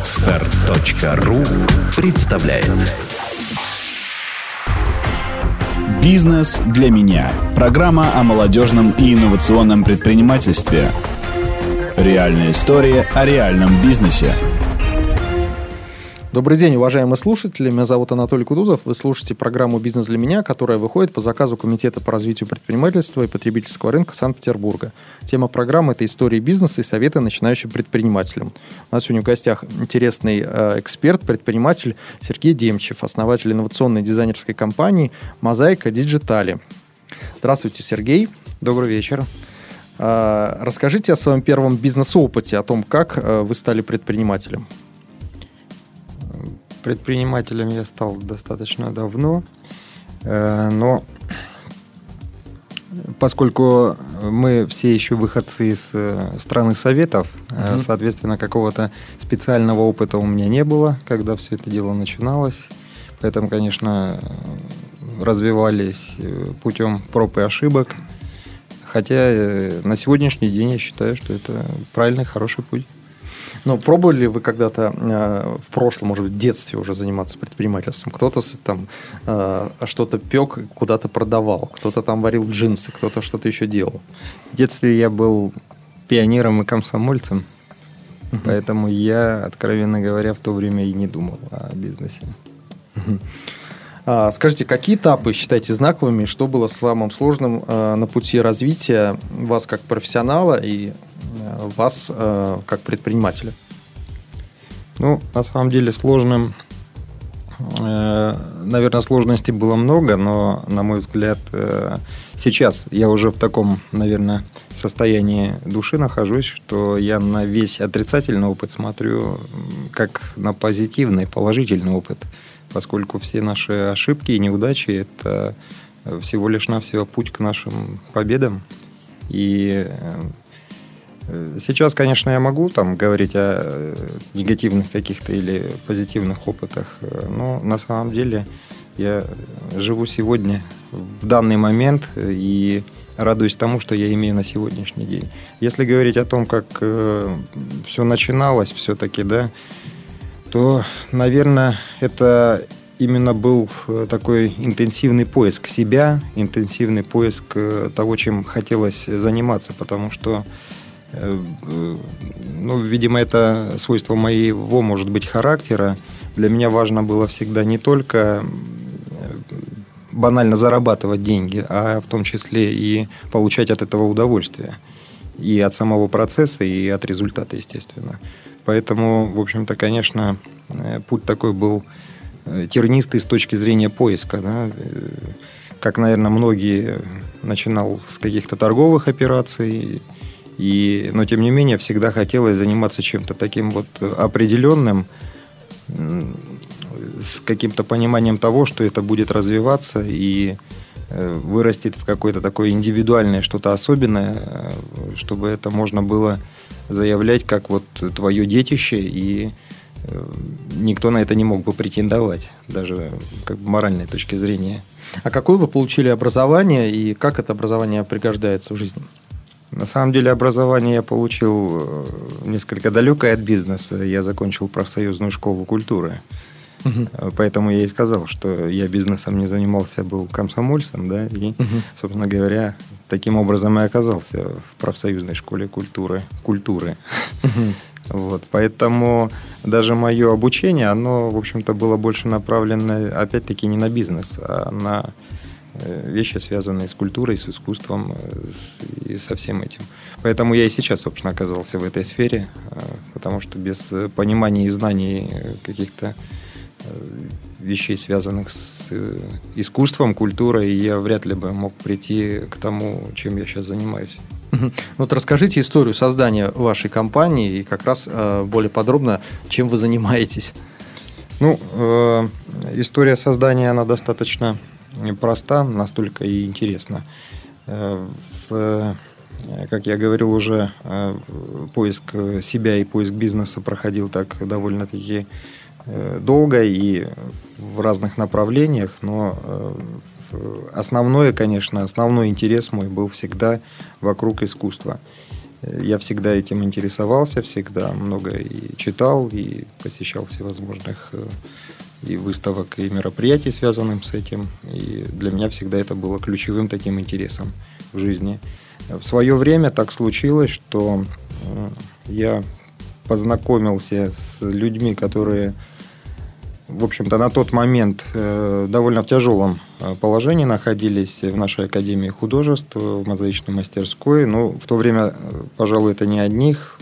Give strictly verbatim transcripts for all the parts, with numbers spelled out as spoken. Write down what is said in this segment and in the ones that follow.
Подстер точка ру представляет. «Бизнес для меня» – программа о молодежном и инновационном предпринимательстве. Реальная история о реальном бизнесе. Добрый день, уважаемые слушатели. Меня зовут Анатолий Кутузов. Вы слушаете программу «Бизнес для меня», которая выходит по заказу Комитета по развитию предпринимательства и потребительского рынка Санкт-Петербурга. Тема программы – это истории бизнеса и советы начинающим предпринимателям. У нас сегодня в гостях интересный э, эксперт, предприниматель Сергей Демчев, основатель инновационной дизайнерской компании «Мозаика Диджитали». Здравствуйте, Сергей. Добрый вечер. Э, расскажите о своем первом бизнес-опыте, о том, как э, вы стали предпринимателем. Предпринимателем я стал достаточно давно, но поскольку мы все еще выходцы из страны Советов, mm-hmm. соответственно, какого-то специального опыта у меня не было, когда все это дело начиналось. Поэтому, конечно, развивались путем проб и ошибок. Хотя на сегодняшний день я считаю, что это правильный, хороший путь. Но пробовали ли вы когда-то э, в прошлом, может быть, в детстве уже заниматься предпринимательством? Кто-то там э, что-то пек, куда-то продавал, кто-то там варил джинсы, кто-то что-то еще делал. В детстве я был пионером и комсомольцем, uh-huh. поэтому я, откровенно говоря, в то время и не думал о бизнесе. Uh-huh. А, скажите, какие этапы считаете знаковыми, что было самым сложным э, на пути развития вас как профессионала и э, вас э, как предпринимателя? Ну, на самом деле сложным, э, наверное, сложностей было много, но, на мой взгляд, э, сейчас я уже в таком, наверное, состоянии души нахожусь, что я на весь отрицательный опыт смотрю как на позитивный, положительный опыт. Поскольку все наши ошибки и неудачи – это всего лишь навсего путь к нашим победам. И сейчас, конечно, я могу там говорить о негативных каких-то или позитивных опытах, но на самом деле я живу сегодня, в данный момент, и радуюсь тому, что я имею на сегодняшний день. Если говорить о том, как все начиналось все-таки, да, то, наверное, это именно был такой интенсивный поиск себя, интенсивный поиск того, чем хотелось заниматься, потому что, ну, видимо, это свойство моего, может быть, характера. Для меня важно было всегда не только банально зарабатывать деньги, а в том числе и получать от этого удовольствие. И от самого процесса, и от результата, естественно. Поэтому, в общем-то, конечно, путь такой был тернистый с точки зрения поиска. Да? Как, наверное, многие, начинал с каких-то торговых операций, и, но, тем не менее, всегда хотелось заниматься чем-то таким вот определенным, с каким-то пониманием того, что это будет развиваться и вырастет в какое-то такое индивидуальное, что-то особенное, чтобы это можно было заявлять как вот твое детище, и никто на это не мог бы претендовать, даже как бы моральной точки зрения. А какое вы получили образование и как это образование пригождается в жизни? На самом деле образование я получил несколько далекое от бизнеса. Я закончил профсоюзную школу культуры. Угу. Поэтому я и сказал, что я бизнесом не занимался, был комсомольцем, да, и, угу. собственно говоря, таким образом и оказался в профсоюзной школе культуры. культуры. Угу. Вот, поэтому даже мое обучение, оно, в общем-то, было больше направлено, опять-таки, не на бизнес, а на вещи, связанные с культурой, с искусством и со всем этим. Поэтому я и сейчас, собственно, оказался в этой сфере, потому что без понимания и знаний каких-то вещей, связанных с искусством, культурой, я вряд ли бы мог прийти к тому, чем я сейчас занимаюсь. Вот расскажите историю создания вашей компании и как раз э, более подробно, чем вы занимаетесь. Ну, э, история создания, она достаточно проста, настолько и интересна. Э, в, как я говорил уже, э, поиск себя и поиск бизнеса проходил так довольно-таки долго и в разных направлениях, но основное, конечно, основной интерес мой был всегда вокруг искусства. Я всегда этим интересовался, всегда много и читал, и посещал всевозможных и выставок, и мероприятий, связанных с этим. И для меня всегда это было ключевым таким интересом в жизни. В свое время так случилось, что я познакомился с людьми, которые, в общем-то, на тот момент довольно в тяжелом положении находились в нашей Академии художеств, в мозаичной мастерской. Но в то время, пожалуй, это не одних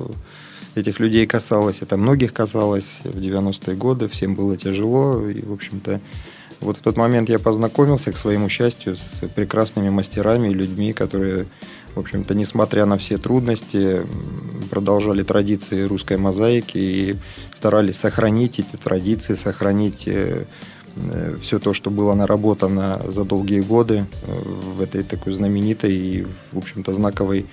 этих людей касалось, это многих касалось в девяностые годы, всем было тяжело. И, в общем-то, вот в тот момент я познакомился, к своему счастью, с прекрасными мастерами и людьми, которые, в общем-то, несмотря на все трудности, продолжали традиции русской мозаики и старались сохранить эти традиции, сохранить все то, что было наработано за долгие годы в этой такой знаменитой и, в общем-то, знаковой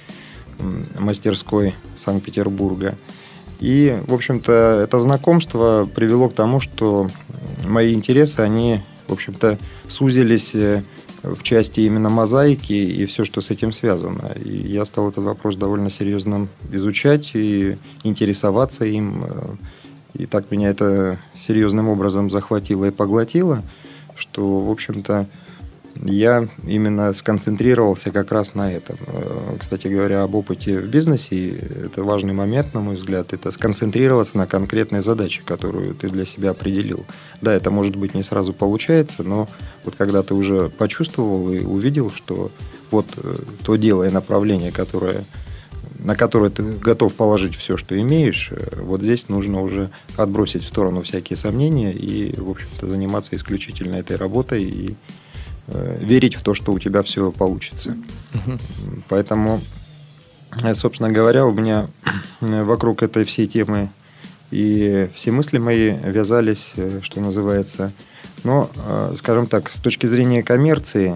мастерской Санкт-Петербурга. И, в общем-то, это знакомство привело к тому, что мои интересы, они, в общем-то, сузились в части именно мозаики и все, что с этим связано. И я стал этот вопрос довольно серьезно изучать и интересоваться им. И так меня это серьезным образом захватило и поглотило, что, в общем-то, я именно сконцентрировался как раз на этом. Кстати говоря, об опыте в бизнесе, это важный момент, на мой взгляд, это сконцентрироваться на конкретной задаче, которую ты для себя определил. Да, это, может быть, не сразу получается, но вот когда ты уже почувствовал и увидел, что вот то дело и направление, которое, на которое ты готов положить все, что имеешь, вот здесь нужно уже отбросить в сторону всякие сомнения и, в общем-то, заниматься исключительно этой работой и верить в то, что у тебя все получится. Uh-huh. Поэтому, собственно говоря, у меня вокруг этой всей темы и все мысли мои вязались, что называется. Но, скажем так, с точки зрения коммерции,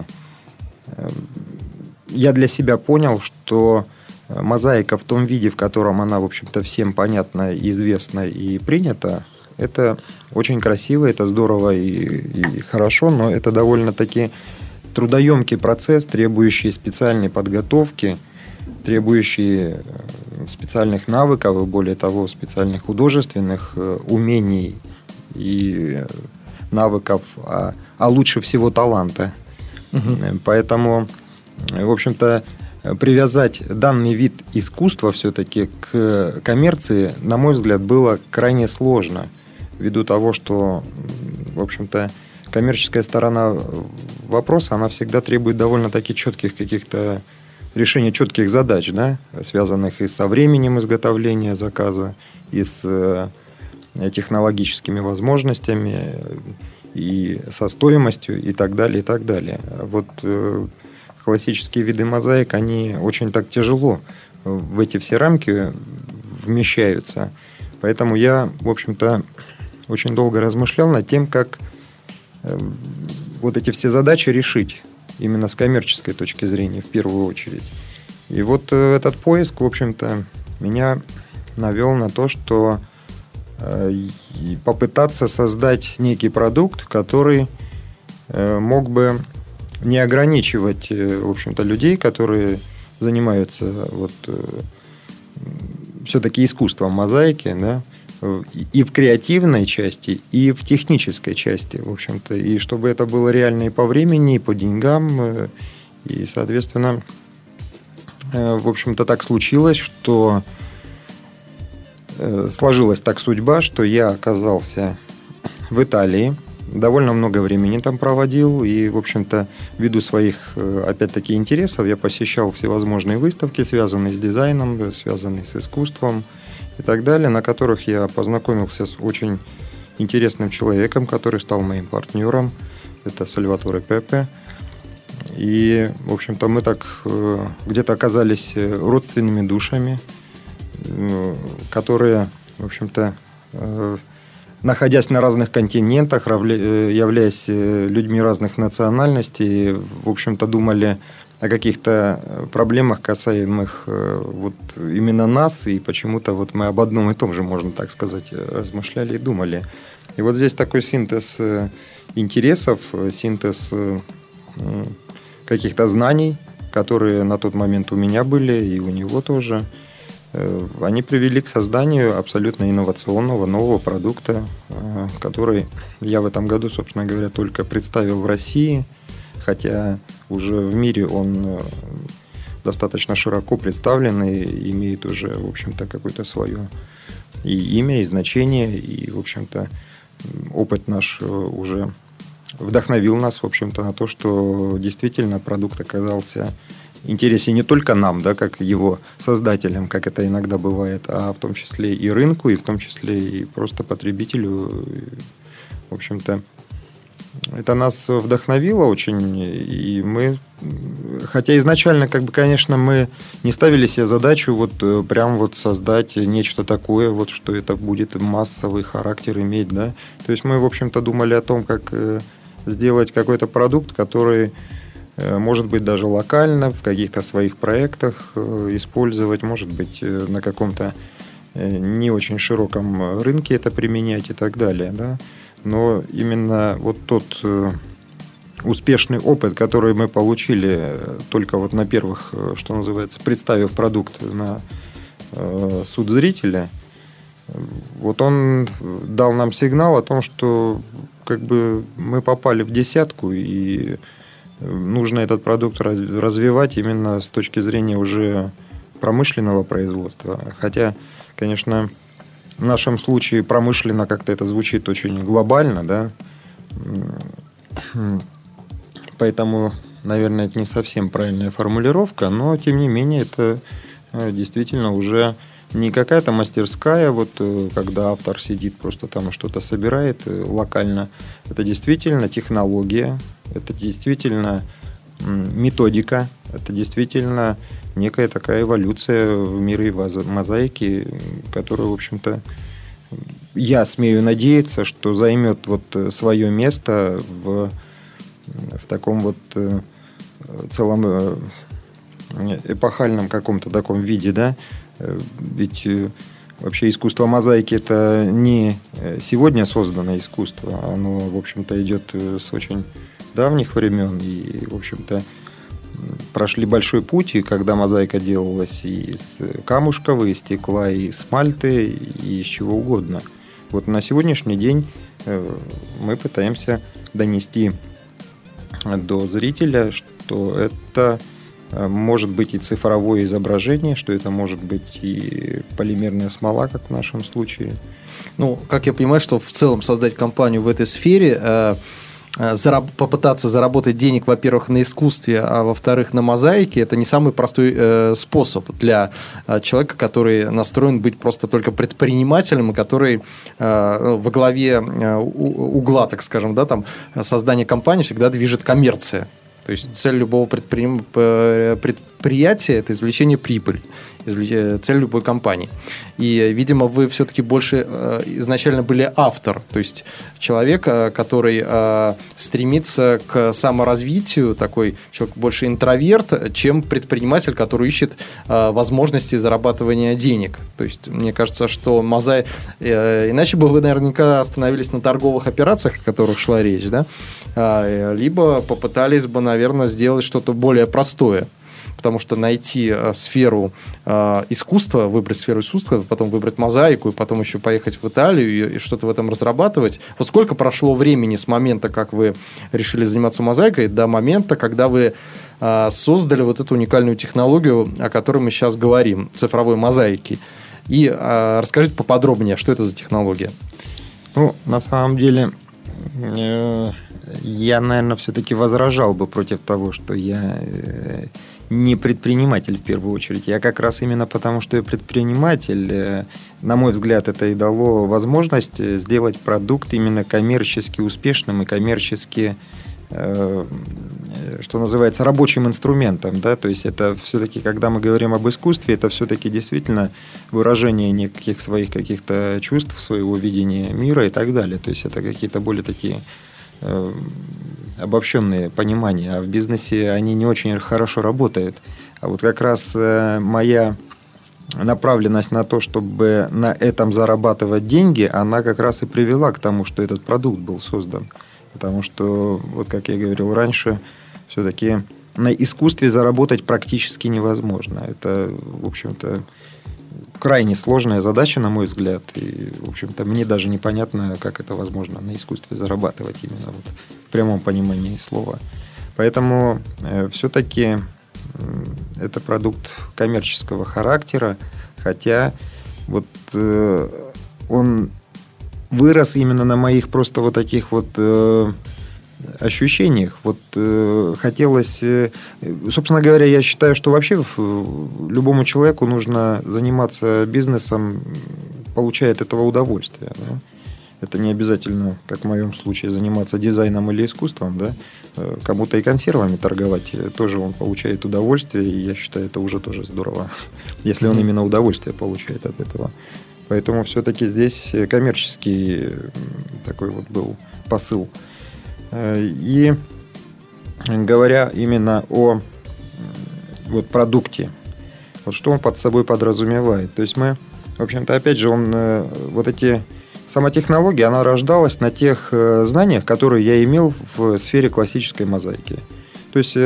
я для себя понял, что мозаика в том виде, в котором она, в общем-то, всем понятна, известна и принята, это очень красиво, это здорово и, и хорошо, но это довольно-таки трудоемкий процесс, требующий специальной подготовки, требующий специальных навыков и, более того, специальных художественных умений и навыков, а, а лучше всего таланта. Угу. Поэтому, в общем-то, привязать данный вид искусства все-таки к коммерции, на мой взгляд, было крайне сложно. Ввиду того, что, в общем-то, коммерческая сторона вопроса, она всегда требует довольно-таки четких каких-то решения, четких задач, да, связанных и со временем изготовления заказа, и с технологическими возможностями, и со стоимостью, и так далее, и так далее. Вот классические виды мозаик, они очень так тяжело в эти все рамки вмещаются. Поэтому я, в общем-то, очень долго размышлял над тем, как вот эти все задачи решить именно с коммерческой точки зрения в первую очередь. И вот этот поиск, в общем-то, меня навел на то, что попытаться создать некий продукт, который мог бы не ограничивать, в общем-то, людей, которые занимаются вот все-таки искусством мозаики, да, и в креативной части, и в технической части, в общем-то, и чтобы это было реально и по времени, и по деньгам, и, соответственно, в общем-то, так случилось, что сложилась так судьба, что я оказался в Италии, довольно много времени там проводил, и, в общем-то, ввиду своих, опять-таки, интересов я посещал всевозможные выставки, связанные с дизайном, связанные с искусством и так далее, на которых я познакомился с очень интересным человеком, который стал моим партнером. Это Сальваторе Пепе. И, в общем-то, мы так где-то оказались родственными душами, которые, в общем-то, находясь на разных континентах, являясь людьми разных национальностей, в общем-то, думали о каких-то проблемах, касаемых вот именно нас, и почему-то вот мы об одном и том же, можно так сказать, размышляли и думали. И вот здесь такой синтез интересов, синтез каких-то знаний которые на тот момент у меня были и у него тоже, они привели к созданию абсолютно инновационного нового продукта, который я в этом году, собственно говоря, только представил в России, хотя уже в мире он достаточно широко представлен и имеет уже, в общем-то, какое-то свое и имя, и значение, и, в общем-то, опыт наш уже вдохновил нас, в общем-то, на то, что действительно продукт оказался интересен не только нам, да, как его создателям, как это иногда бывает, а в том числе и рынку, и в том числе и просто потребителю. В общем-то, это нас вдохновило очень, и мы, хотя изначально, как бы, конечно, мы не ставили себе задачу вот прям вот создать нечто такое, вот, что это будет массовый характер иметь, да. То есть мы, в общем-то, думали о том, как сделать какой-то продукт, который может быть даже локально, в каких-то своих проектах использовать, может быть, на каком-то не очень широком рынке это применять и так далее, да. Но именно вот тот успешный опыт, который мы получили только вот на первых, что называется, представив продукт на суд зрителя, вот он дал нам сигнал о том, что как бы мы попали в десятку, и нужно этот продукт развивать именно с точки зрения уже промышленного производства. Хотя, конечно, в нашем случае промышленно как-то это звучит очень глобально, да. Поэтому, наверное, это не совсем правильная формулировка, но, тем не менее, это действительно уже не какая-то мастерская, вот когда автор сидит, просто там что-то собирает локально. Это действительно технология, это действительно методика, это действительно некая такая эволюция в мире мозаики, которая, в общем-то, я смею надеяться, что займет вот свое место в, в таком вот целом эпохальном каком-то таком виде, да. Ведь вообще искусство мозаики – это не сегодня созданное искусство, оно, в общем-то, идет с очень давних времен, и, в общем-то, прошли большой путь, и когда мозаика делалась и из камушков, и из стекла, и из смальты, и из чего угодно. Вот на сегодняшний день мы пытаемся донести до зрителя, что это может быть и цифровое изображение, что это может быть и полимерная смола, как в нашем случае. Ну, как я понимаю, что в целом создать компанию в этой сфере, э, зараб- попытаться заработать денег, во-первых, на искусстве, а во-вторых, на мозаике, это не самый простой э, способ для э, человека, который настроен быть просто только предпринимателем, и который э, во главе э, угла, так скажем, да, там, создания компании всегда движет коммерция. То есть цель любого предприим... предприятия – это извлечение прибыли, цель любой компании. И, видимо, вы все-таки больше изначально были автор, то есть человек, который стремится к саморазвитию, такой человек больше интроверт, чем предприниматель, который ищет возможности зарабатывания денег. То есть мне кажется, что мозаик... Иначе бы вы наверняка остановились на торговых операциях, о которых шла речь, да? Либо попытались бы, наверное, сделать что-то более простое. Потому что найти сферу э, искусства, выбрать сферу искусства, потом выбрать мозаику, и потом еще поехать в Италию и, и что-то в этом разрабатывать. Вот сколько прошло времени с момента, как вы решили заниматься мозаикой, до момента, когда вы э, создали вот эту уникальную технологию, о которой мы сейчас говорим, цифровой мозаики. И э, расскажите поподробнее, что это за технология. Ну, на самом деле... Э- Я, наверное, все-таки возражал бы против того, что я не предприниматель в первую очередь. Я как раз именно потому, что я предприниматель, на мой взгляд, это и дало возможность сделать продукт именно коммерчески успешным и коммерчески, что называется, рабочим инструментом. Да? То есть это все-таки, когда мы говорим об искусстве, это все-таки действительно выражение неких своих каких-то чувств, своего видения мира и так далее. То есть это какие-то более такие... обобщенные понимания, а в бизнесе они не очень хорошо работают. А вот как раз моя направленность на то, чтобы на этом зарабатывать деньги, она как раз и привела к тому, что этот продукт был создан. Потому что, вот как я говорил раньше, все-таки на искусстве заработать практически невозможно. Это, в общем-то, крайне сложная задача, на мой взгляд. И, в общем-то, мне даже непонятно, как это возможно на искусстве зарабатывать именно вот в прямом понимании слова. Поэтому э, все-таки э, это продукт коммерческого характера, хотя вот э, он вырос именно на моих просто вот таких вот э, ощущениях. Вот э, хотелось... Э, собственно говоря, я считаю, что вообще в, любому человеку нужно заниматься бизнесом, получая от этого удовольствие. Да? Это не обязательно, как в моем случае, заниматься дизайном или искусством. Да? Кому-то и консервами торговать тоже он получает удовольствие, и я считаю, это уже тоже здорово, если он именно удовольствие получает от этого. Поэтому все-таки здесь коммерческий такой вот был посыл. И говоря именно о вот продукте, вот что он под собой подразумевает. То есть мы, в общем-то, опять же, он вот эти... Сама технология, она рождалась на тех знаниях, которые я имел в сфере классической мозаики. То есть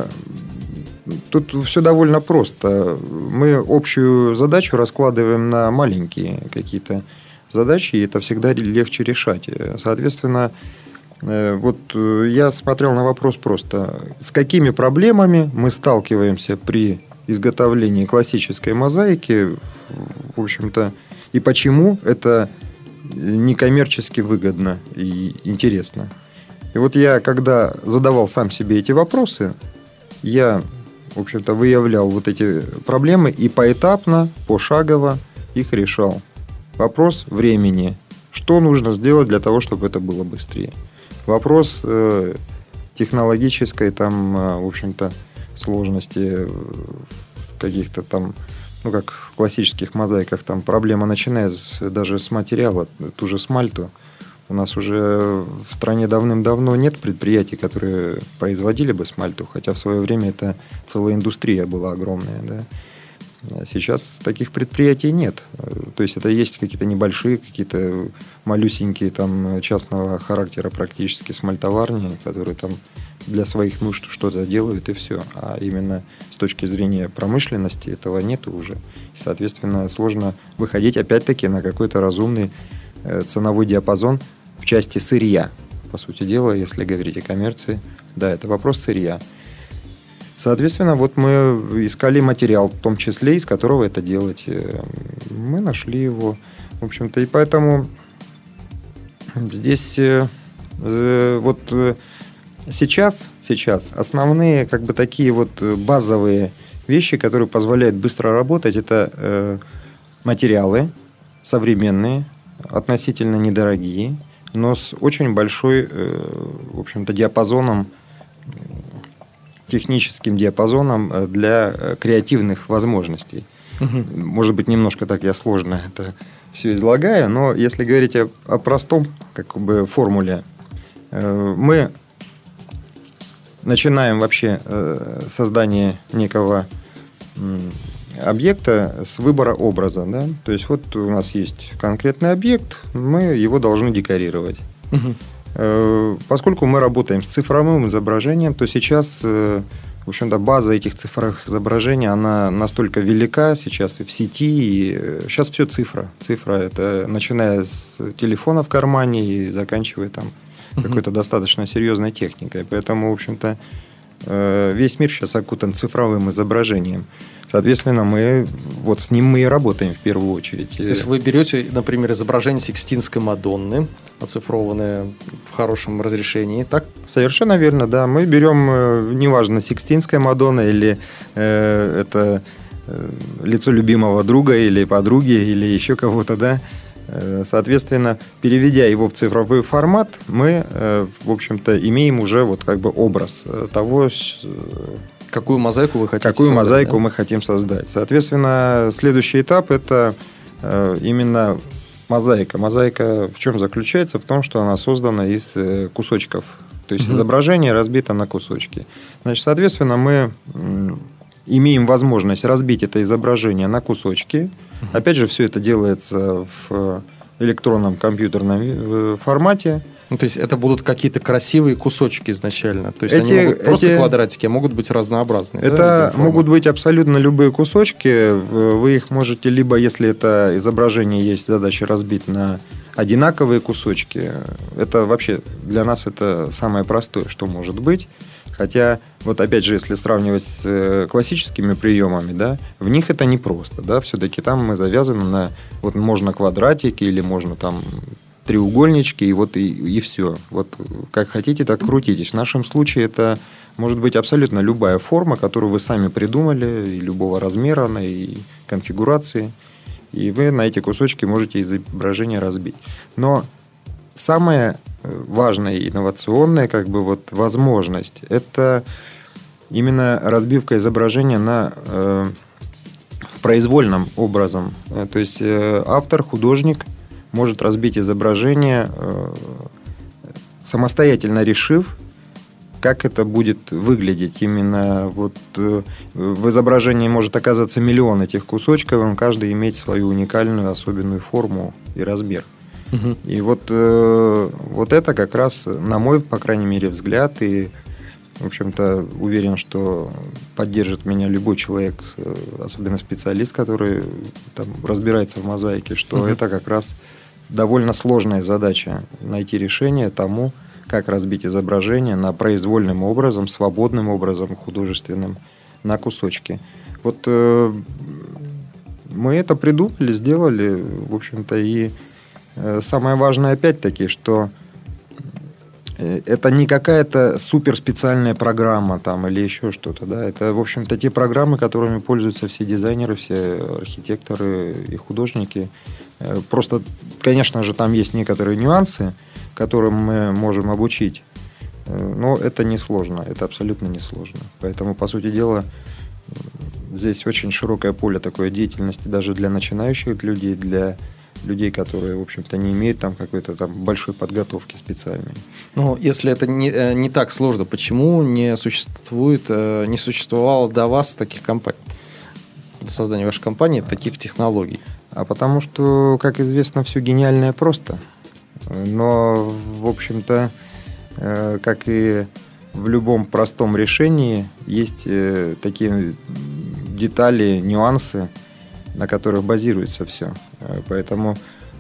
тут все довольно просто. Мы общую задачу раскладываем на маленькие какие-то задачи, и это всегда легче решать. Соответственно, вот я смотрел на вопрос просто, с какими проблемами мы сталкиваемся при изготовлении классической мозаики, в общем-то, и почему это некоммерчески выгодно и интересно. И вот я, когда задавал сам себе эти вопросы, я, в общем-то, выявлял вот эти проблемы и поэтапно, пошагово их решал. Вопрос времени. Что нужно сделать для того, чтобы это было быстрее? Вопрос э, технологической, там, э, в общем-то, сложности каких-то там, ну, как в классических мозаиках, там проблема начиная с, даже с материала, ту же смальту. У нас уже в стране давным-давно нет предприятий, которые производили бы смальту, хотя в свое время это целая индустрия была огромная, да. Сейчас таких предприятий нет. То есть это есть какие-то небольшие, какие-то малюсенькие там частного характера практически смальтоварни, которые там для своих нужд что-то делают и все. А именно с точки зрения промышленности этого нету уже. И, соответственно, сложно выходить опять-таки на какой-то разумный ценовой диапазон в части сырья. По сути дела, если говорить о коммерции, да, это вопрос сырья. Соответственно, вот мы искали материал, в том числе, из которого это делать. Мы нашли его, в общем-то, и поэтому здесь вот сейчас, сейчас основные как бы такие вот базовые вещи, которые позволяют быстро работать, это материалы современные, относительно недорогие, но с очень большой, в общем-то, диапазоном, техническим диапазоном для креативных возможностей. Угу. Может быть, немножко так я сложно это все излагаю, но если говорить о, о простом как бы формуле, мы начинаем вообще создание некого объекта с выбора образа. Да? То есть вот у нас есть конкретный объект, мы его должны декорировать. Угу. Поскольку мы работаем с цифровым изображением, то сейчас, в общем-то, база этих цифровых изображений, она настолько велика сейчас в сети. И сейчас все цифра. Цифра – это начиная с телефона в кармане и заканчивая там uh-huh. какой-то достаточно серьезной техникой. Поэтому, в общем-то, весь мир сейчас окутан цифровым изображением. Соответственно, мы вот с ним мы и работаем в первую очередь. То есть вы берете, например, изображение Сикстинской Мадонны, оцифрованное в хорошем разрешении, так? Совершенно верно, да. Мы берем, неважно, Сикстинская Мадонна или э, это э, лицо любимого друга или подруги или еще кого-то, да. Соответственно, переведя его в цифровой формат, мы, э, в общем-то, имеем уже вот как бы образ того, какую мозаику вы хотите Какую создать, мозаику да? мы хотим создать. Соответственно, следующий этап – это э, именно мозаика. Мозаика в чем заключается? В том, что она создана из э, кусочков. То есть, угу. изображение разбито на кусочки. Значит, соответственно, мы э, имеем возможность разбить это изображение на кусочки. Угу. Опять же, все это делается в электронном компьютерном формате. Ну, то есть это будут какие-то красивые кусочки изначально. То есть эти, они могут просто эти... квадратики, а могут быть разнообразные. Это да, могут быть абсолютно любые кусочки. Вы их можете, либо если это изображение есть, задача разбить на одинаковые кусочки. Это вообще для нас это самое простое, что может быть. Хотя, вот опять же, если сравнивать с классическими приемами, да, в них это непросто. Да, все-таки там мы завязаны на... Вот можно квадратики или можно там треугольнички, и вот и, и все. Вот как хотите, так крутитесь. В нашем случае это может быть абсолютно любая форма, которую вы сами придумали, и любого размера, и конфигурации. И вы на эти кусочки можете изображение разбить. Но самое важная и инновационная как бы вот возможность – это именно разбивка изображения на э, произвольным образом. То есть э, автор, художник может разбить изображение, э, самостоятельно решив, как это будет выглядеть. Именно вот э, в изображении может оказаться миллион этих кусочков, и каждый иметь свою уникальную особенную форму и размер. Угу. И вот, э, вот это как раз, на мой, по крайней мере, взгляд, и, в общем-то, уверен, что поддержит меня любой человек, э, особенно специалист, который там разбирается в мозаике, что угу. это как раз довольно сложная задача найти решение тому, как разбить изображение на произвольным образом, свободным образом, художественным, на кусочки. Вот э, мы это придумали, сделали, в общем-то, и э, самое важное опять-таки, что это не какая-то суперспециальная программа там, или еще что-то. Да? Это, в общем-то, те программы, которыми пользуются все дизайнеры, все архитекторы и художники. Просто, конечно же, там есть некоторые нюансы, которым мы можем обучить. Но это несложно, это абсолютно несложно. Поэтому, по сути дела, здесь очень широкое поле такой деятельности даже для начинающих людей, для людей, которые, в общем-то, не имеют там какой-то там большой подготовки специальной. Ну, если это не, не так сложно, почему не существует, не существовало до вас таких компаний, до создания вашей компании таких технологий? А потому что, как известно, все гениальное просто. Но, в общем-то, как и в любом простом решении, есть такие детали, нюансы, на которых базируется все. Поэтому,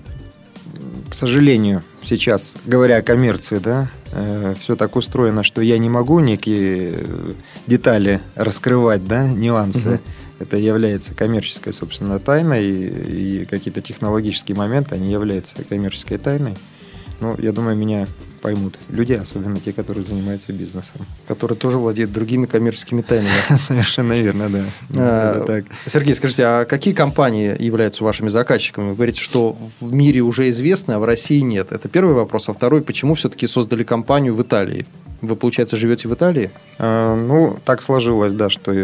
к сожалению, сейчас, говоря о коммерции, да, все так устроено, что я не могу некие детали раскрывать, да, нюансы. Угу. Это является коммерческой, собственно, тайной, и, и какие-то технологические моменты, они являются коммерческой тайной. Ну, я думаю, меня поймут люди, особенно те, которые занимаются бизнесом. Которые тоже владеют другими коммерческими тайнами. Совершенно верно, да. Сергей, скажите, а какие компании являются вашими заказчиками? Вы говорите, что в мире уже известны, а в России нет. Это первый вопрос. А второй, почему все-таки создали компанию в Италии? Вы, получается, живете в Италии? А, ну, так сложилось, да, что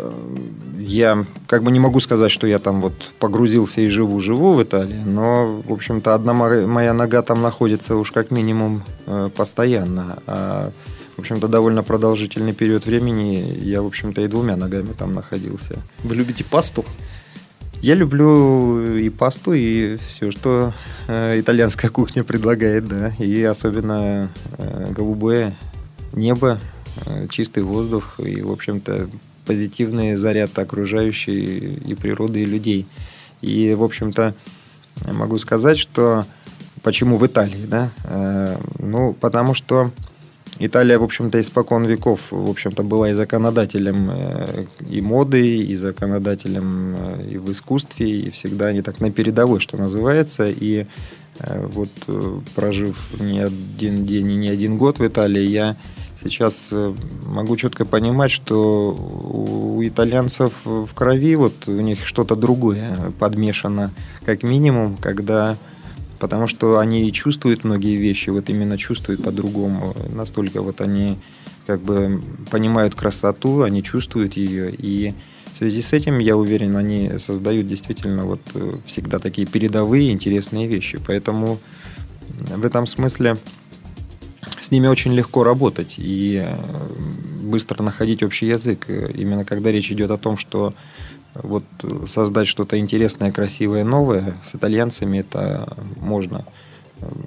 я как бы не могу сказать, что я там вот погрузился и живу-живу в Италии, но, в общем-то, одна моя нога там находится уж как минимум постоянно. А, в общем-то, довольно продолжительный период времени я, в общем-то, и двумя ногами там находился. Вы любите пасту? Я люблю и пасту, и все, что итальянская кухня предлагает, да, и особенно голубое небо, чистый воздух и, в общем-то, позитивный заряд окружающей и природы, и людей. И, в общем-то, могу сказать, что почему в Италии, да? Ну, потому что Италия, в общем-то, испокон веков, в общем-то, была и законодателем и моды, и законодателем и в искусстве, и всегда они так на передовой, что называется. И вот, прожив не один день и не один год в Италии, я сейчас могу четко понимать, что у итальянцев в крови вот у них что-то другое подмешано, как минимум, когда... Потому что они чувствуют многие вещи, вот именно чувствуют по-другому. Настолько вот они как бы понимают красоту, они чувствуют ее. И в связи с этим, я уверен, они создают действительно вот всегда такие передовые интересные вещи. Поэтому в этом смысле с ними очень легко работать и быстро находить общий язык. Именно когда речь идет о том, что вот создать что-то интересное, красивое, новое с итальянцами это можно.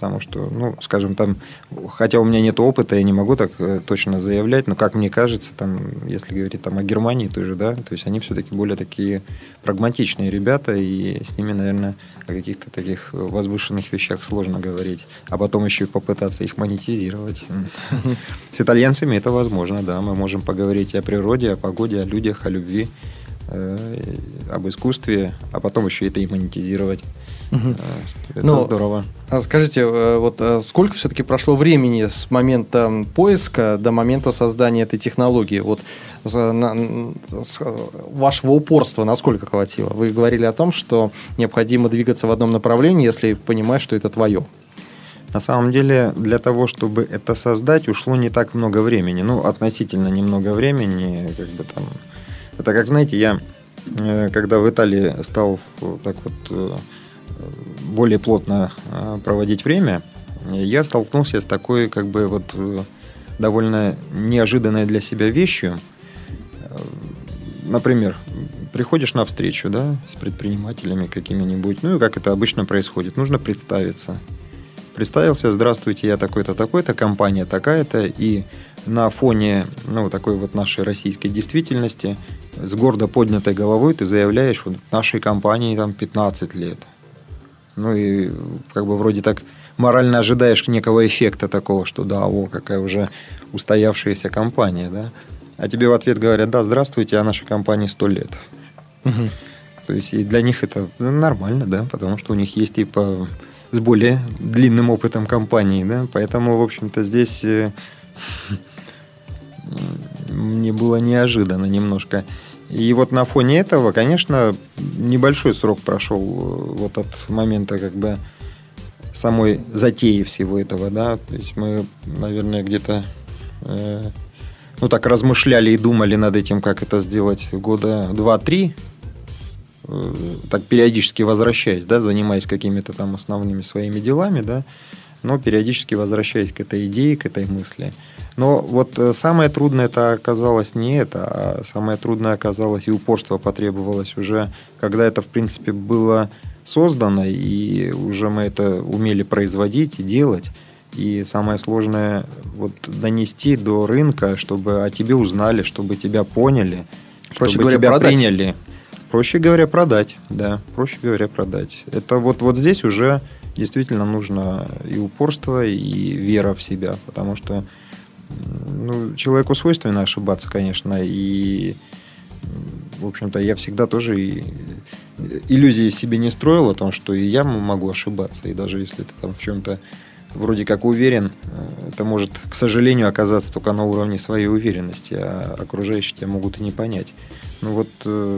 потому что, ну, скажем, там, хотя у меня нет опыта, я не могу так точно заявлять, но, как мне кажется, там, если говорить там, о Германии тоже, да, то есть они все-таки более такие прагматичные ребята, и с ними, наверное, о каких-то таких возвышенных вещах сложно говорить, а потом еще и попытаться их монетизировать. С итальянцами это возможно, да, мы можем поговорить и о природе, о погоде, о людях, о любви, об искусстве, а потом еще это и монетизировать. Угу. Это ну, здорово. Скажите, вот сколько все-таки прошло времени с момента поиска до момента создания этой технологии? Вот вашего упорства насколько хватило? Вы говорили о том, что необходимо двигаться в одном направлении, если понимаешь, что это твое. На самом деле, для того, чтобы это создать, ушло не так много времени. Ну, относительно немного времени, как бы там. Это как, знаете, я, когда в Италии стал так вот более плотно проводить время, я столкнулся с такой, как бы, вот довольно неожиданной для себя вещью. Например, приходишь на встречу, да, с предпринимателями какими-нибудь, ну и как это обычно происходит, нужно представиться. Представился: здравствуйте, я такой-то, такой-то, компания такая-то, и на фоне, ну, такой вот нашей российской действительности с гордо поднятой головой ты заявляешь: вот нашей компании там пятнадцать лет. Ну и как бы вроде так морально ожидаешь некого эффекта такого, что да, о, какая уже устоявшаяся компания, да. А тебе в ответ говорят: да, здравствуйте, а нашей компании сто лет. Угу. То есть и для них это нормально, да, потому что у них есть и по... с более длинным опытом компании, да, поэтому, в общем-то, здесь мне было неожиданно немножко. И вот на фоне этого, конечно, небольшой срок прошел вот от момента, как бы, самой затеи всего этого, да, то есть мы, наверное, где-то, э, ну, так размышляли и думали над этим, как это сделать года два-три, э, так периодически возвращаясь, да, занимаясь какими-то там основными своими делами, да, но периодически возвращаясь к этой идее, к этой мысли. Но вот самое трудное это оказалось не это, а самое трудное оказалось, и упорство потребовалось уже, когда это, в принципе, было создано, и уже мы это умели производить и делать. И самое сложное вот донести до рынка, чтобы о тебе узнали, чтобы тебя поняли, проще чтобы говоря, тебя продать. приняли. Проще говоря, продать, да, проще говоря, продать. Это вот, вот здесь уже действительно нужно и упорство, и вера в себя, потому что, ну, человеку свойственно ошибаться, конечно, и, в общем-то, я всегда тоже и иллюзии себе не строил о том, что и я могу ошибаться, и даже если ты там в чем-то вроде как уверен, это может, к сожалению, оказаться только на уровне своей уверенности, а окружающие тебя могут и не понять. Ну вот,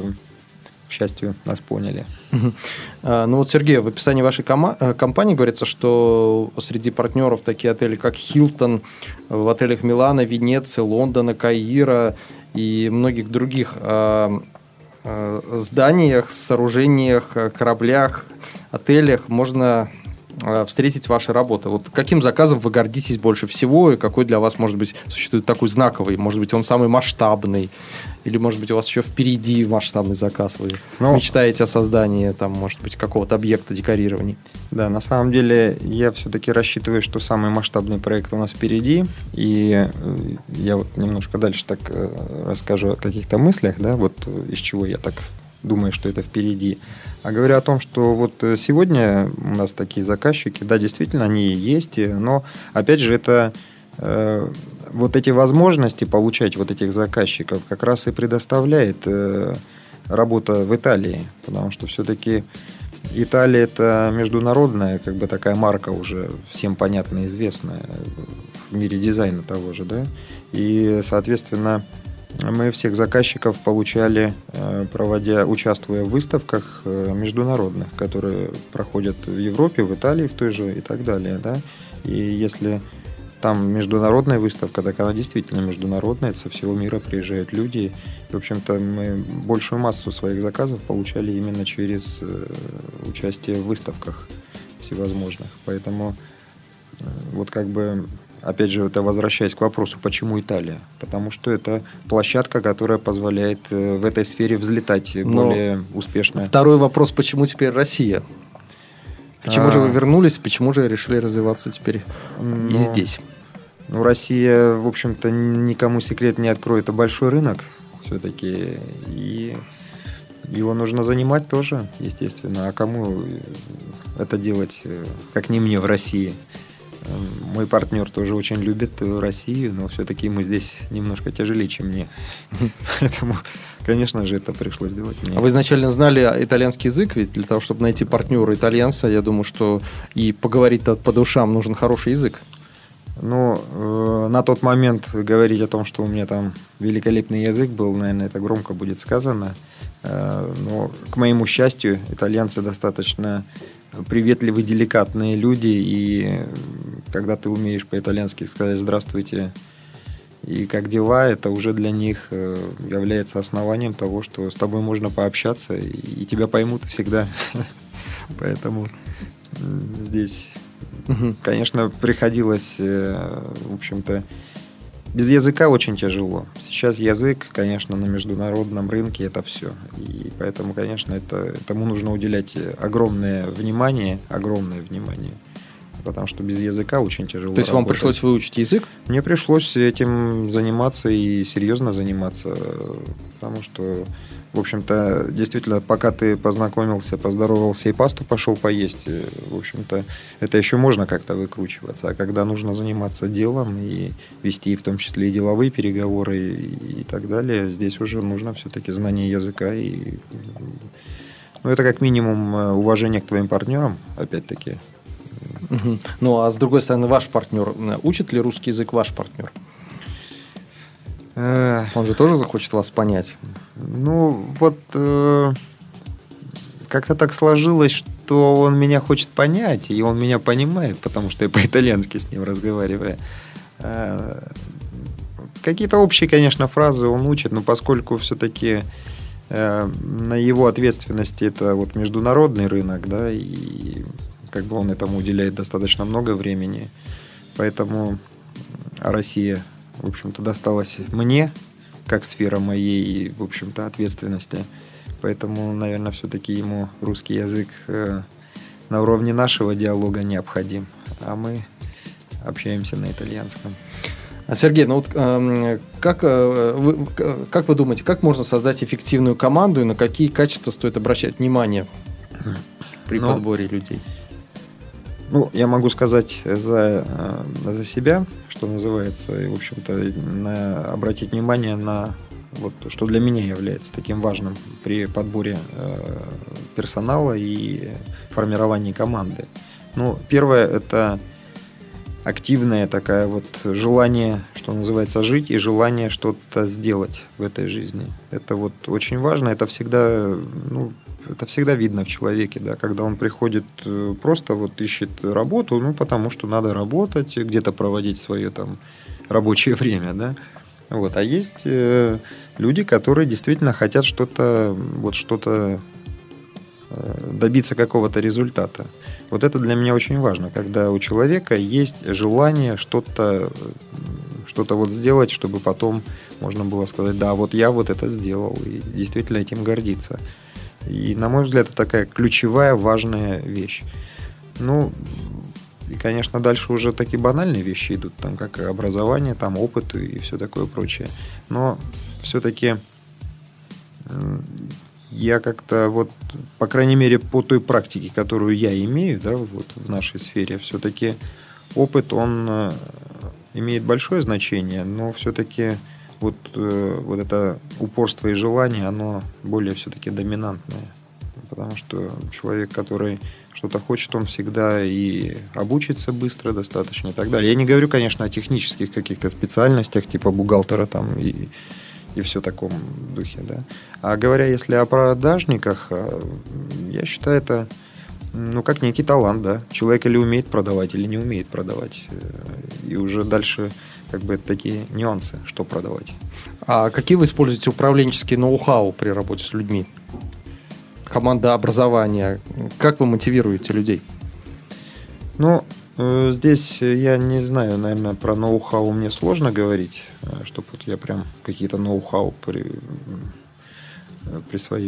к счастью, нас поняли. Uh-huh. А, ну вот, Сергей, в описании вашей кома- компании говорится, что среди партнеров такие отели, как Хилтон, в отелях Милана, Венеции, Лондона, Каира и многих других а, а, зданиях, сооружениях, кораблях, отелях можно а, встретить ваши работы. Вот каким заказом вы гордитесь больше всего, и какой для вас, может быть, существует такой знаковый? Может быть, он самый масштабный? Или, может быть, у вас еще впереди масштабный заказ? Вы ну, мечтаете о создании, там, может быть, какого-то объекта декорирования? Да, на самом деле я все-таки рассчитываю, что самый масштабный проект у нас впереди. И я вот немножко дальше так расскажу о каких-то мыслях, да, вот из чего я так думаю, что это впереди. А говорю о том, что вот сегодня у нас такие заказчики, да, действительно, они есть, но, опять же, это... Вот эти возможности получать вот этих заказчиков как раз и предоставляет э, работа в Италии, потому что все-таки Италия — это международная, как бы такая марка уже всем понятная, известная в мире дизайна того же, да, и, соответственно, мы всех заказчиков получали, э, проводя, участвуя в выставках э, международных, которые проходят в Европе, в Италии, в той же и так далее, да, и если там международная выставка, так она действительно международная, со всего мира приезжают люди. И, в общем-то, мы большую массу своих заказов получали именно через э, участие в выставках всевозможных. Поэтому э, вот как бы, опять же, это возвращаясь к вопросу, почему Италия? Потому что это площадка, которая позволяет э, в этой сфере взлетать Но более успешно. Второй вопрос, почему теперь Россия? Почему а... же вы вернулись, почему же решили развиваться теперь ну, и здесь? Ну, Россия, в общем-то, никому секрет не откроет, это большой рынок все-таки, и его нужно занимать тоже, естественно. А кому это делать, как не мне в России? Мой партнер тоже очень любит Россию, но все-таки ему здесь немножко тяжелее, чем мне. Поэтому, конечно же, это пришлось делать мне. А вы изначально знали итальянский язык? Ведь для того, чтобы найти партнера итальянца, я думаю, что и поговорить по душам нужен хороший язык. Ну, э, на тот момент говорить о том, что у меня там великолепный язык был, наверное, это громко будет сказано. Э, но, к моему счастью, итальянцы достаточно приветливые, деликатные люди. И когда ты умеешь по-итальянски сказать «здравствуйте» и «как дела», это уже для них является основанием того, что с тобой можно пообщаться, и тебя поймут всегда. Поэтому здесь... Конечно, приходилось, в общем-то, без языка очень тяжело. Сейчас язык, конечно, на международном рынке это все. И поэтому, конечно, это, этому нужно уделять огромное внимание, огромное внимание. Потому что без языка очень тяжело. То есть работать. Вам пришлось выучить язык? Мне пришлось этим заниматься и серьезно заниматься. Потому что, в общем-то, действительно, пока ты познакомился, поздоровался и пасту пошел поесть, в общем-то, это еще можно как-то выкручиваться. А когда нужно заниматься делом и вести в том числе и деловые переговоры и, и так далее, здесь уже нужно все-таки знание языка. И, ну, это как минимум уважение к твоим партнерам, опять-таки. Угу. Ну, а с другой стороны, ваш партнер, учит ли русский язык ваш партнер? Он же тоже захочет вас понять. Ну, вот э, как-то так сложилось, что он меня хочет понять, и он меня понимает, потому что я по-итальянски с ним разговариваю. Э, какие-то общие, конечно, фразы он учит, но поскольку все-таки э, на его ответственности это вот международный рынок, да, и как бы он этому уделяет достаточно много времени, поэтому Россия, в общем-то, досталась мне, как сфера моей, в общем-то, ответственности. Поэтому, наверное, все-таки ему русский язык э, на уровне нашего диалога необходим. А мы общаемся на итальянском. Сергей, ну вот э, как, э, вы, как вы думаете, как можно создать эффективную команду и на какие качества стоит обращать внимание при ну, подборе людей? Ну, я могу сказать за, за себя, что называется, и, в общем-то, на, обратить внимание на вот, что для меня является таким важным при подборе э, персонала и формировании команды. Ну, первое – это активное такое вот желание, что называется, жить и желание что-то сделать в этой жизни. Это вот очень важно, это всегда, ну, это всегда видно в человеке, да, когда он приходит, просто вот ищет работу, ну, потому что надо работать, где-то проводить свое там рабочее время, да. Вот. А есть э, люди, которые действительно хотят что-то, вот что-то э, добиться какого-то результата. Вот это для меня очень важно, когда у человека есть желание что-то, что-то вот сделать, чтобы потом можно было сказать, да, вот я вот это сделал, и действительно этим гордиться. И, на мой взгляд, это такая ключевая, важная вещь. Ну, и, конечно, дальше уже такие банальные вещи идут, там, как образование, там, опыт и все такое прочее. Но все-таки я как-то вот, по крайней мере, по той практике, которую я имею, да, вот в нашей сфере, все-таки опыт, он имеет большое значение, но все-таки вот, вот это упорство и желание, оно более все-таки доминантное. Потому что человек, который что-то хочет, он всегда и обучится быстро достаточно и так далее. Я не говорю, конечно, о технических каких-то специальностях, типа бухгалтера там и, и все в таком духе, да. А говоря, если о продажниках, я считаю, это, ну, как некий талант, да. Человек или умеет продавать, или не умеет продавать. И уже дальше как бы такие нюансы, что продавать. А какие вы используете управленческие ноу-хау при работе с людьми? Команда образования. Как вы мотивируете людей? Ну, э, здесь я не знаю, наверное, про ноу-хау мне сложно говорить, чтобы вот я прям какие-то ноу-хау при, при своих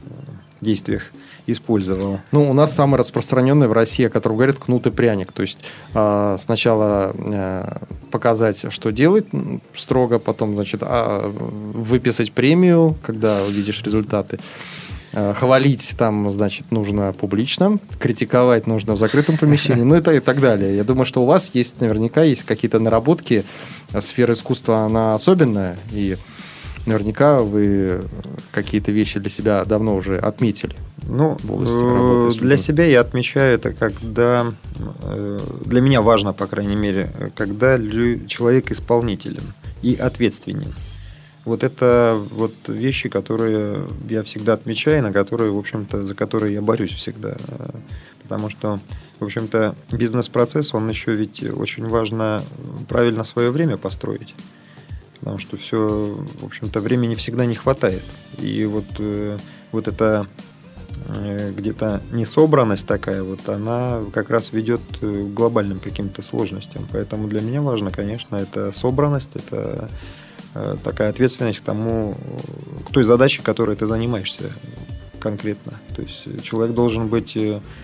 действиях использовал. Ну, у нас самый распространенный в России, о котором говорят, кнут и пряник. То есть э, сначала э, показать, что делать строго, потом, значит, э, выписать премию, когда увидишь результаты. Э, хвалить там, значит, нужно публично, критиковать нужно в закрытом помещении, ну и, и так далее. Я думаю, что у вас есть, наверняка, есть какие-то наработки. Сфера искусства, она особенная, и наверняка вы какие-то вещи для себя давно уже отметили. Ну, для себя я отмечаю это, когда для меня важно, по крайней мере, когда человек исполнителен и ответственен. Вот это вот вещи, которые я всегда отмечаю, на которые, в общем-то, за которые я борюсь всегда. Потому что, в общем-то, бизнес-процесс, он еще ведь очень важно правильно свое время построить. Потому что все, в общем-то, времени всегда не хватает. И вот, вот эта где-то несобранность такая, вот она как раз ведет к глобальным каким-то сложностям. Поэтому для меня важно, конечно, это собранность, это такая ответственность к тому, к той задаче, которой ты занимаешься конкретно. То есть человек должен быть,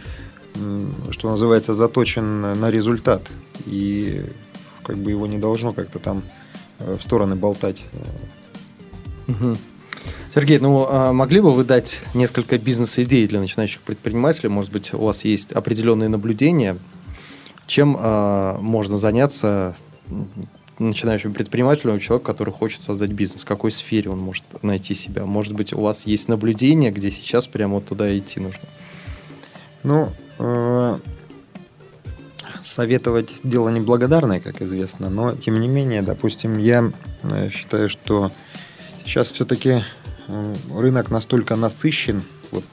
что называется, заточен на результат. И как бы его не должно как-то там в стороны болтать. Угу. Сергей, ну а могли бы вы дать несколько бизнес-идей для начинающих предпринимателей? Может быть, у вас есть определенные наблюдения, чем а, можно заняться начинающему предпринимателю, человеку, который хочет создать бизнес? В какой сфере он может найти себя? Может быть, у вас есть наблюдение, где сейчас прямо вот туда идти нужно? Ну, э- советовать дело неблагодарное, как известно, но, тем не менее, допустим, я считаю, что сейчас все-таки рынок настолько насыщен, вот,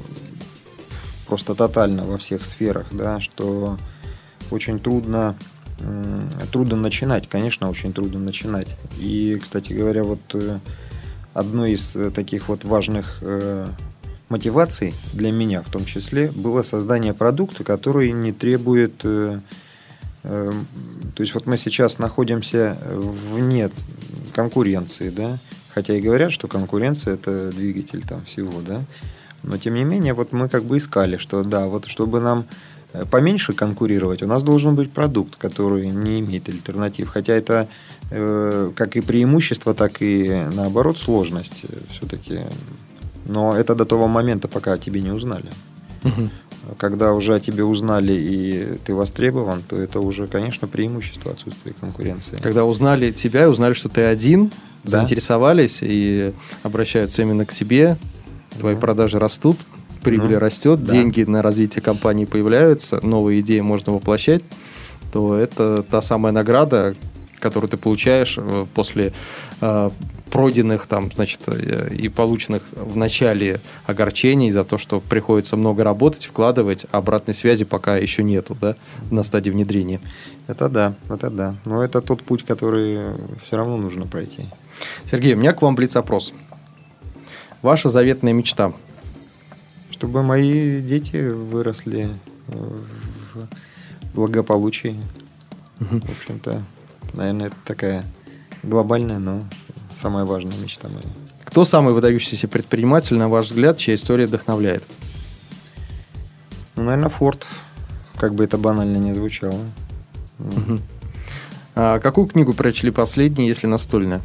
просто тотально во всех сферах, да, что очень трудно, трудно начинать, конечно, очень трудно начинать. И, кстати говоря, вот одной из таких вот важных мотиваций для меня, в том числе, было создание продукта, который не требует... Э, э, то есть вот мы сейчас находимся вне конкуренции, да, хотя и говорят, что конкуренция – это двигатель там всего, да, но тем не менее вот мы как бы искали, что да, вот чтобы нам поменьше конкурировать, у нас должен быть продукт, который не имеет альтернатив, хотя это э, как и преимущество, так и наоборот сложность все-таки. Но это до того момента, пока о тебе не узнали. Угу. Когда уже о тебе узнали и ты востребован, то это уже, конечно, преимущество отсутствия конкуренции. Когда узнали тебя и узнали, что ты один, да, заинтересовались и обращаются именно к тебе, твои ну. продажи растут, прибыль ну, растет, да. деньги на развитие компании появляются, новые идеи можно воплощать, то это та самая награда, которую ты получаешь после э, пройденных там, значит, и полученных в начале огорчений за то, что приходится много работать, вкладывать, а обратной связи пока еще нету, да, на стадии внедрения. Это да, это да. Но это тот путь, который все равно нужно пройти. Сергей, у меня к вам блиц-опрос. Ваша заветная мечта? Чтобы мои дети выросли в благополучии. Угу. В общем-то, наверное, это такая глобальная, но самая важная мечта моя. Кто самый выдающийся предприниматель, на ваш взгляд, чья история вдохновляет? Ну, наверное, Форд. Как бы это банально не звучало. Угу. А какую книгу прочли последней, если настольная?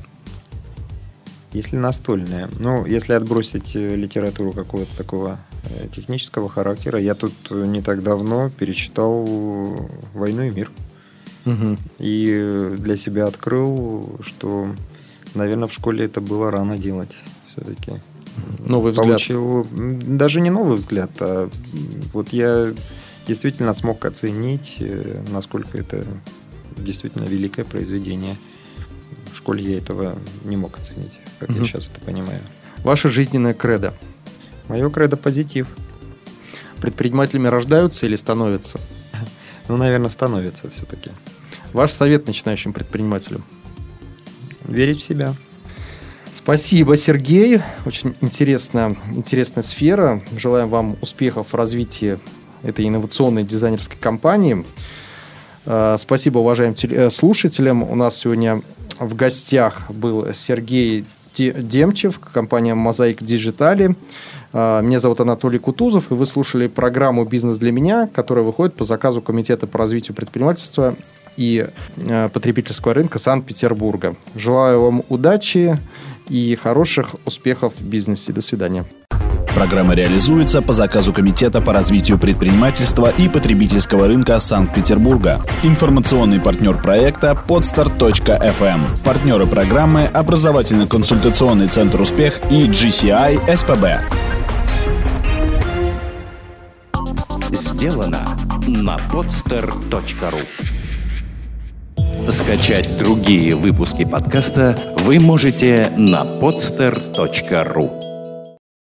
Если настольная. Ну, если отбросить литературу какого-то такого технического характера, я тут не так давно перечитал «Войну и мир». Угу. И для себя открыл, что, наверное, в школе это было рано делать все-таки. Новый взгляд. Получил даже не новый взгляд, а вот я действительно смог оценить, насколько это действительно великое произведение. В школе я этого не мог оценить, как угу. я сейчас это понимаю. Ваше жизненное кредо? Мое кредо – позитив. Предпринимателями рождаются или становятся? Ну, наверное, становятся все-таки. Ваш совет начинающим предпринимателям? Верить в себя. Спасибо, Сергей. Очень интересная, интересная сфера. Желаем вам успехов в развитии этой инновационной дизайнерской компании. Спасибо уважаемым слушателям. У нас сегодня в гостях был Сергей Демчев, компания Mosaic Digital. Меня зовут Анатолий Кутузов, и вы слушали программу «Бизнес для меня», которая выходит по заказу Комитета по развитию предпринимательства и потребительского рынка Санкт-Петербурга. Желаю вам удачи и хороших успехов в бизнесе. До свидания. Программа реализуется по заказу Комитета по развитию предпринимательства и потребительского рынка Санкт-Петербурга. Информационный партнер проекта подстар точка эф эм. Партнеры программы – образовательно-консультационный центр «Успех» и джи си ай эс пэ бэ. Сделано на подстар точка ру. Скачать другие выпуски подкаста вы можете на подстар точка ру.